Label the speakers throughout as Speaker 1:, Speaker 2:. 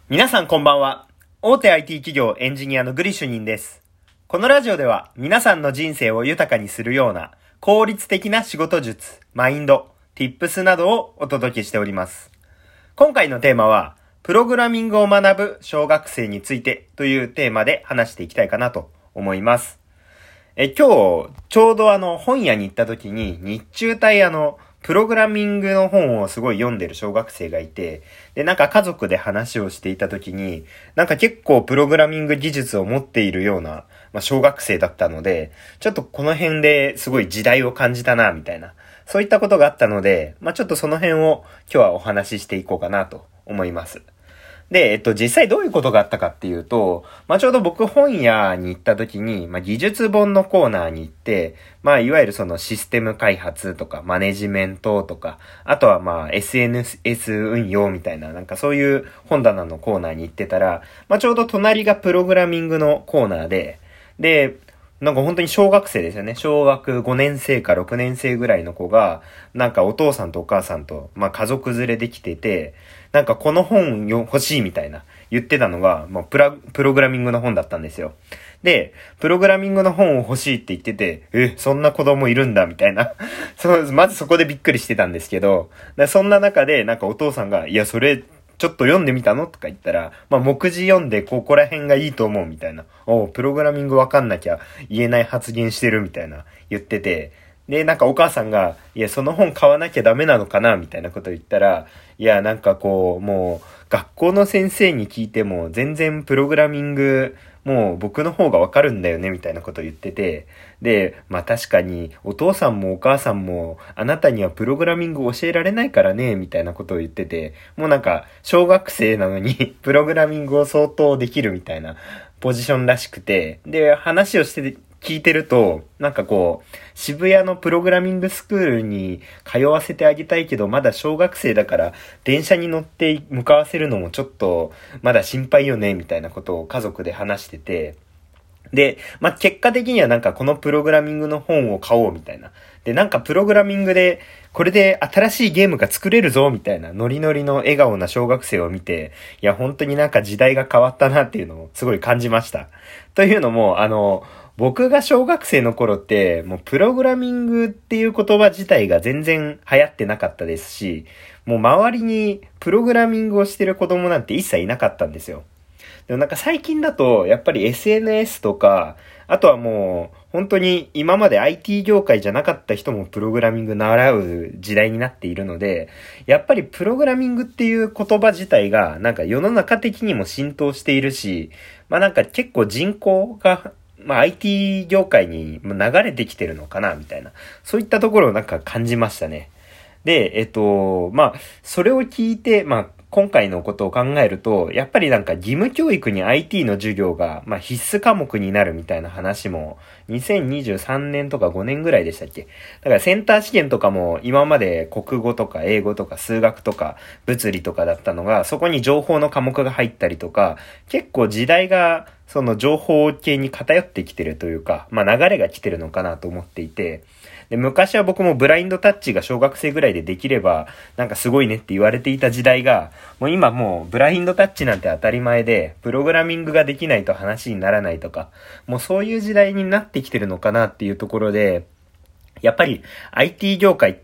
Speaker 1: 皆さんこんばんは。大手 IT 企業エンジニアのグリシュニンです。このラジオでは皆さんの人生を豊かにするような効率的な仕事術、マインド、Tips などをお届けしております。今回のテーマは、プログラミングを学ぶ小学生についてというテーマで話していきたいかなと思います。今日、ちょうど本屋に行った時に日中帯プログラミングの本をすごい読んでる小学生がいて、で、家族で話をしていた時に、結構プログラミング技術を持っているような、小学生だったので、ちょっとこの辺ですごい時代を感じたな、みたいな。そういったことがあったので、ちょっとその辺を今日はお話ししていこうかなと思います。で、実際どういうことがあったかっていうと、ちょうど僕本屋に行った時に、技術本のコーナーに行って、いわゆるそのシステム開発とか、マネジメントとか、あとはSNS 運用みたいな、そういう本棚のコーナーに行ってたら、ちょうど隣がプログラミングのコーナーで、本当に小学生ですよね。小学5年生か6年生ぐらいの子が、お父さんとお母さんと、家族連れできてて、この本欲しいみたいな言ってたのが、プログラミングの本だったんですよ。で、プログラミングの本を欲しいって言ってて、そんな子供いるんだみたいな。まずそこでびっくりしてたんですけど、そんな中でお父さんが、いや、それ、ちょっと読んでみたのとか言ったら、目次読んでここら辺がいいと思うみたいな。プログラミングわかんなきゃ言えない発言してるみたいな言ってて、で、お母さんが、いや、その本買わなきゃダメなのかなみたいなこと言ったら、いや、もう、学校の先生に聞いても全然プログラミング、もう僕の方がわかるんだよねみたいなこと言ってて、で、確かにお父さんもお母さんもあなたにはプログラミング教えられないからねみたいなことを言ってて、もう小学生なのにプログラミングを相当できるみたいなポジションらしくて、で、話をして聞いてると、渋谷のプログラミングスクールに通わせてあげたいけど、まだ小学生だから、電車に乗って向かわせるのもちょっと、まだ心配よね、みたいなことを家族で話してて、で、結果的にはこのプログラミングの本を買おうみたいな。で、プログラミングで、これで新しいゲームが作れるぞみたいなノリノリの笑顔な小学生を見て、いや、本当に時代が変わったなっていうのをすごい感じました。というのも、僕が小学生の頃って、もうプログラミングっていう言葉自体が全然流行ってなかったですし、もう周りにプログラミングをしてる子供なんて一切いなかったんですよ。でも最近だと、やっぱり SNS とか、あとはもう、本当に今まで IT 業界じゃなかった人もプログラミング習う時代になっているので、やっぱりプログラミングっていう言葉自体が世の中的にも浸透しているし、結構人口が、IT 業界に流れてきてるのかな、みたいな。そういったところを感じましたね。で、それを聞いて、今回のことを考えると、やっぱり義務教育に IT の授業が、必須科目になるみたいな話も、2023年とか5年ぐらいでしたっけ？だからセンター試験とかも、今まで国語とか英語とか数学とか物理とかだったのが、そこに情報の科目が入ったりとか、結構時代が、その情報系に偏ってきてるというか、流れが来てるのかなと思っていて、で、昔は僕もブラインドタッチが小学生ぐらいでできれば、すごいねって言われていた時代が、もう今もうブラインドタッチなんて当たり前で、プログラミングができないと話にならないとか、もうそういう時代になってきてるのかなっていうところで、やっぱり IT 業界って、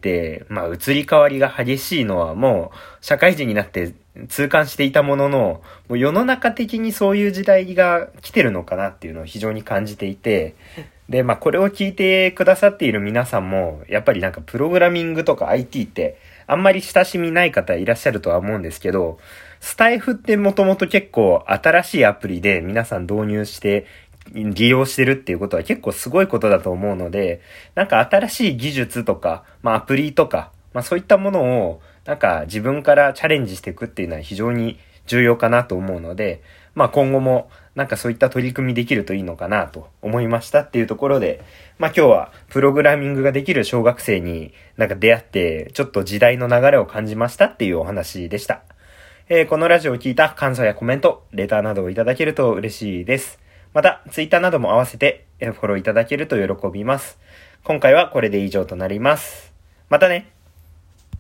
Speaker 1: 移り変わりが激しいのはもう社会人になって痛感していたものの、もう世の中的にそういう時代が来てるのかなっていうのを非常に感じていて、で、これを聞いてくださっている皆さんも、やっぱりプログラミングとか IT ってあんまり親しみない方いらっしゃるとは思うんですけど、スタイフってもともと結構新しいアプリで皆さん導入して利用してるっていうことは結構すごいことだと思うので、新しい技術とか、アプリとか、そういったものを自分からチャレンジしていくっていうのは非常に重要かなと思うので、今後もそういった取り組みできるといいのかなと思いましたっていうところで、今日はプログラミングができる小学生に出会ってちょっと時代の流れを感じましたっていうお話でした。このラジオを聞いた感想やコメント、レターなどをいただけると嬉しいです。また、ツイッターなども合わせてフォローいただけると喜びます。今回はこれで以上となります。またね。